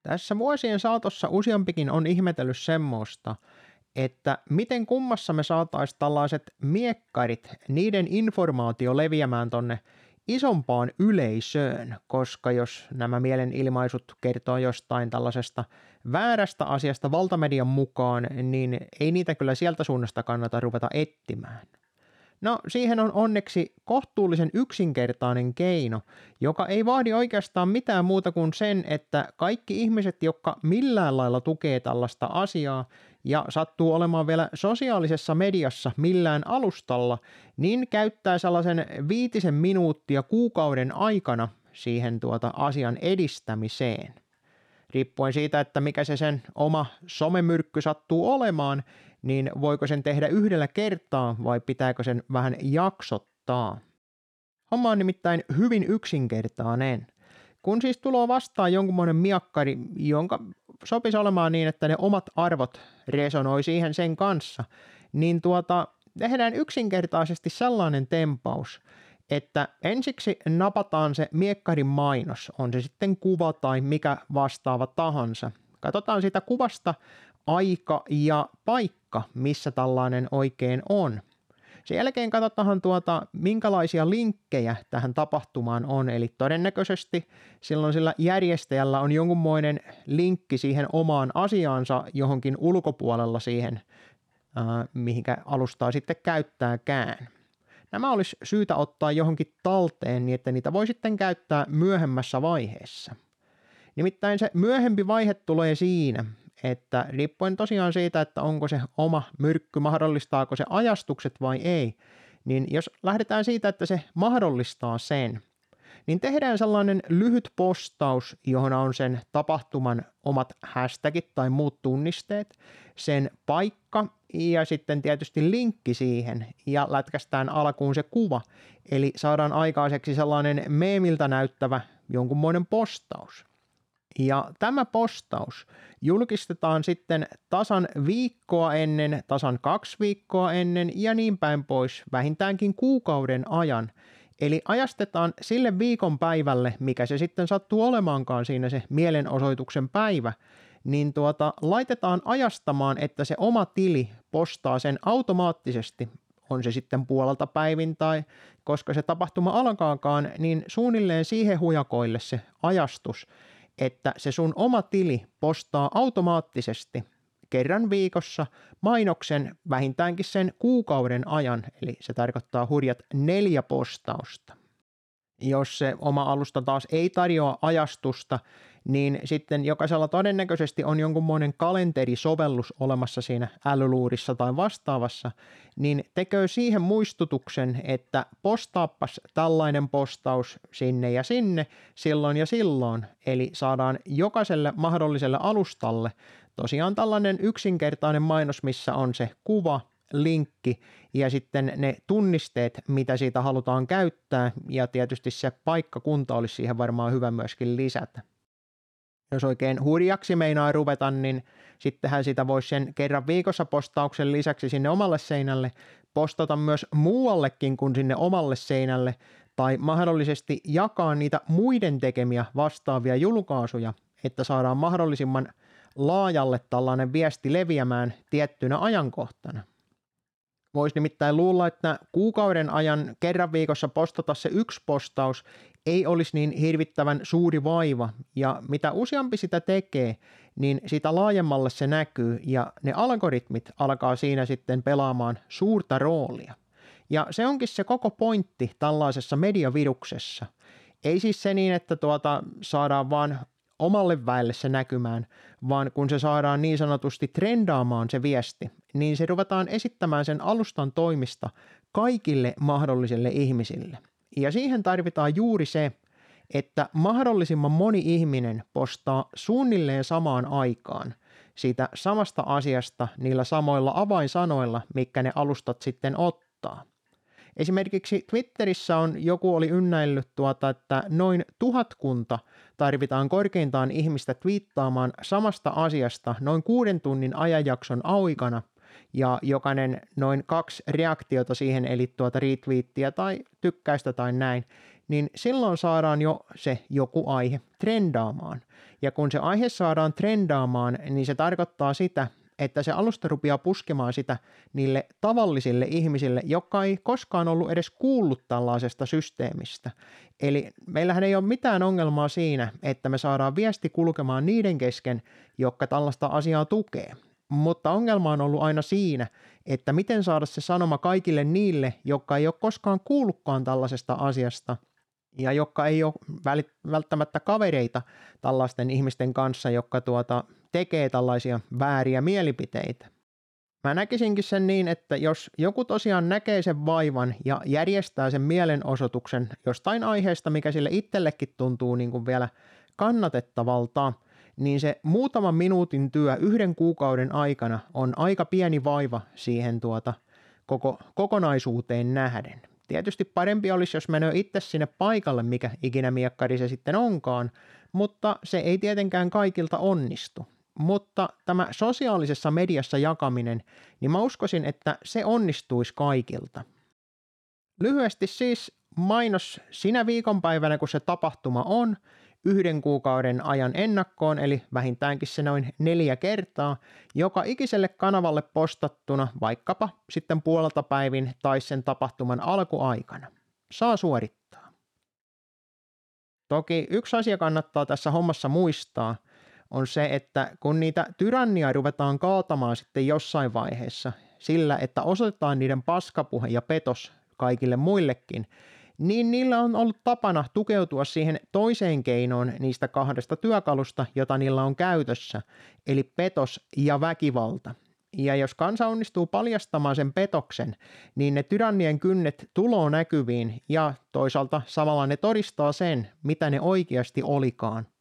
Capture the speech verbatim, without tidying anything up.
Tässä vuosien saatossa useampikin on ihmetellyt semmoista, että miten kummassa me saataisiin tällaiset miekkarit, niiden informaatio leviämään tonne isompaan yleisöön, koska jos nämä mielenilmaisut kertoo jostain tällaisesta väärästä asiasta valtamedian mukaan, niin ei niitä kyllä sieltä suunnasta kannata ruveta etsimään. No, siihen on onneksi kohtuullisen yksinkertainen keino, joka ei vaadi oikeastaan mitään muuta kuin sen, että kaikki ihmiset, jotka millään lailla tukee tällaista asiaa ja sattuu olemaan vielä sosiaalisessa mediassa millään alustalla, niin käyttää sellaisen viitisen minuuttia kuukauden aikana siihen tuota asian edistämiseen. Riippuen siitä, että mikä se sen oma somemyrkky sattuu olemaan, niin voiko sen tehdä yhdellä kertaa vai pitääkö sen vähän jaksottaa. Homma on nimittäin hyvin yksinkertainen. Kun siis tulee vastaan jonkunmoinen miakkari, jonka sopisi olemaan niin, että ne omat arvot resonoi siihen sen kanssa, niin tuota, tehdään yksinkertaisesti sellainen tempaus, että ensiksi napataan se miekkarin mainos, on se sitten kuva tai mikä vastaava tahansa. Katsotaan sitä kuvasta aika ja paikka, missä tällainen oikein on. Sen jälkeen katsotaan tuota, minkälaisia linkkejä tähän tapahtumaan on, eli todennäköisesti silloin sillä järjestäjällä on jonkunmoinen linkki siihen omaan asiaansa johonkin ulkopuolella siihen, äh, mihinkä alustaa sitten käyttääkään. Nämä olisi syytä ottaa johonkin talteen niin, että niitä voi sitten käyttää myöhemmässä vaiheessa. Nimittäin se myöhempi vaihe tulee siinä, että riippuen tosiaan siitä, että onko se oma myrkky, mahdollistaako se ajastukset vai ei, niin jos lähdetään siitä, että se mahdollistaa sen, niin tehdään sellainen lyhyt postaus, johon on sen tapahtuman omat hashtagit tai muut tunnisteet, sen paikka ja sitten tietysti linkki siihen ja lätkästään alkuun se kuva, eli saadaan aikaiseksi sellainen meemiltä näyttävä jonkunmoinen postaus. Ja tämä postaus julkistetaan sitten tasan viikkoa ennen, tasan kaksi viikkoa ennen ja niin päin pois vähintäänkin kuukauden ajan. Eli ajastetaan sille viikon päivälle, mikä se sitten sattuu olemaankaan siinä se mielenosoituksen päivä, niin tuota, laitetaan ajastamaan, että se oma tili postaa sen automaattisesti, on se sitten puolelta päivin tai koska se tapahtuma alkaakaan, niin suunnilleen siihen hujakoille se ajastus, että se sun oma tili postaa automaattisesti kerran viikossa mainoksen vähintäänkin sen kuukauden ajan, eli se tarkoittaa hurjat neljä postausta. Jos se oma alusta taas ei tarjoa ajastusta, niin sitten jokaisella todennäköisesti on jonkunmoinen kalenterisovellus olemassa siinä älyluurissa tai vastaavassa, niin tekee siihen muistutuksen, että postaappas tällainen postaus sinne ja sinne, silloin ja silloin, eli saadaan jokaiselle mahdolliselle alustalle tosiaan tällainen yksinkertainen mainos, missä on se kuva, linkki ja sitten ne tunnisteet, mitä siitä halutaan käyttää ja tietysti se paikkakunta olisi siihen varmaan hyvä myöskin lisätä. Jos oikein hurjaksi meinaa ruveta, niin sittenhän sitä voisi sen kerran viikossa postauksen lisäksi sinne omalle seinälle postata myös muuallekin kuin sinne omalle seinälle tai mahdollisesti jakaa niitä muiden tekemiä vastaavia julkaisuja, että saadaan mahdollisimman laajalle tällainen viesti leviämään tiettynä ajankohtana. Voisi nimittäin luulla, että kuukauden ajan kerran viikossa postata se yksi postaus ei olisi niin hirvittävän suuri vaiva, ja mitä useampi sitä tekee, niin sitä laajemmalle se näkyy, ja ne algoritmit alkaa siinä sitten pelaamaan suurta roolia. Ja se onkin se koko pointti tällaisessa mediaviruksessa. Ei siis se niin, että tuota saadaan vaan omalle väelle se näkymään, vaan kun se saadaan niin sanotusti trendaamaan se viesti, niin se ruvetaan esittämään sen alustan toimista kaikille mahdollisille ihmisille. Ja siihen tarvitaan juuri se, että mahdollisimman moni ihminen postaa suunnilleen samaan aikaan siitä samasta asiasta niillä samoilla avainsanoilla, mitkä ne alustat sitten ottaa. Esimerkiksi Twitterissä on joku oli ynnäillyt tuota, että noin tuhatkunta tarvitaan korkeintaan ihmistä twiittaamaan samasta asiasta noin kuuden tunnin ajanjakson aikana ja jokainen noin kaksi reaktiota siihen, eli tuota retweettiä tai tykkäystä tai näin, niin silloin saadaan jo se joku aihe trendaamaan. Ja kun se aihe saadaan trendaamaan, niin se tarkoittaa sitä, että se alusta rupeaa puskemaan sitä niille tavallisille ihmisille, jotka ei koskaan ollut edes kuullut tällaisesta systeemistä. Eli meillähän ei ole mitään ongelmaa siinä, että me saadaan viesti kulkemaan niiden kesken, jotka tällaista asiaa tukee. Mutta ongelma on ollut aina siinä, että miten saada se sanoma kaikille niille, jotka ei ole koskaan kuullutkaan tällaisesta asiasta ja jotka ei ole välttämättä kavereita tällaisten ihmisten kanssa, jotka tuota, tekee tällaisia vääriä mielipiteitä. Mä näkisinkin sen niin, että jos joku tosiaan näkee sen vaivan ja järjestää sen mielenosoituksen jostain aiheesta, mikä sille itsellekin tuntuu niin kuin vielä kannatettavalta, niin se muutaman minuutin työ yhden kuukauden aikana on aika pieni vaiva siihen tuota koko kokonaisuuteen nähden. Tietysti parempi olisi, jos menee itse sinne paikalle, mikä ikinä miekkari se sitten onkaan, mutta se ei tietenkään kaikilta onnistu. Mutta tämä sosiaalisessa mediassa jakaminen, niin mä uskoisin, että se onnistuisi kaikilta. Lyhyesti siis mainos sinä viikonpäivänä, kun se tapahtuma on, yhden kuukauden ajan ennakkoon, eli vähintäänkin se noin neljä kertaa, joka ikiselle kanavalle postattuna vaikkapa sitten puolelta päivin tai sen tapahtuman alkuaikana. Saa suorittaa. Toki yksi asia kannattaa tässä hommassa muistaa, on se, että kun niitä tyrannia ruvetaan kaatamaan sitten jossain vaiheessa sillä, että osoitetaan niiden paskapuhe ja petos kaikille muillekin, niin niillä on ollut tapana tukeutua siihen toiseen keinoon niistä kahdesta työkalusta, jota niillä on käytössä, eli petos ja väkivalta. Ja jos kansa onnistuu paljastamaan sen petoksen, niin ne tyrannien kynnet tuloo näkyviin ja toisaalta samalla ne todistaa sen, mitä ne oikeasti olikaan.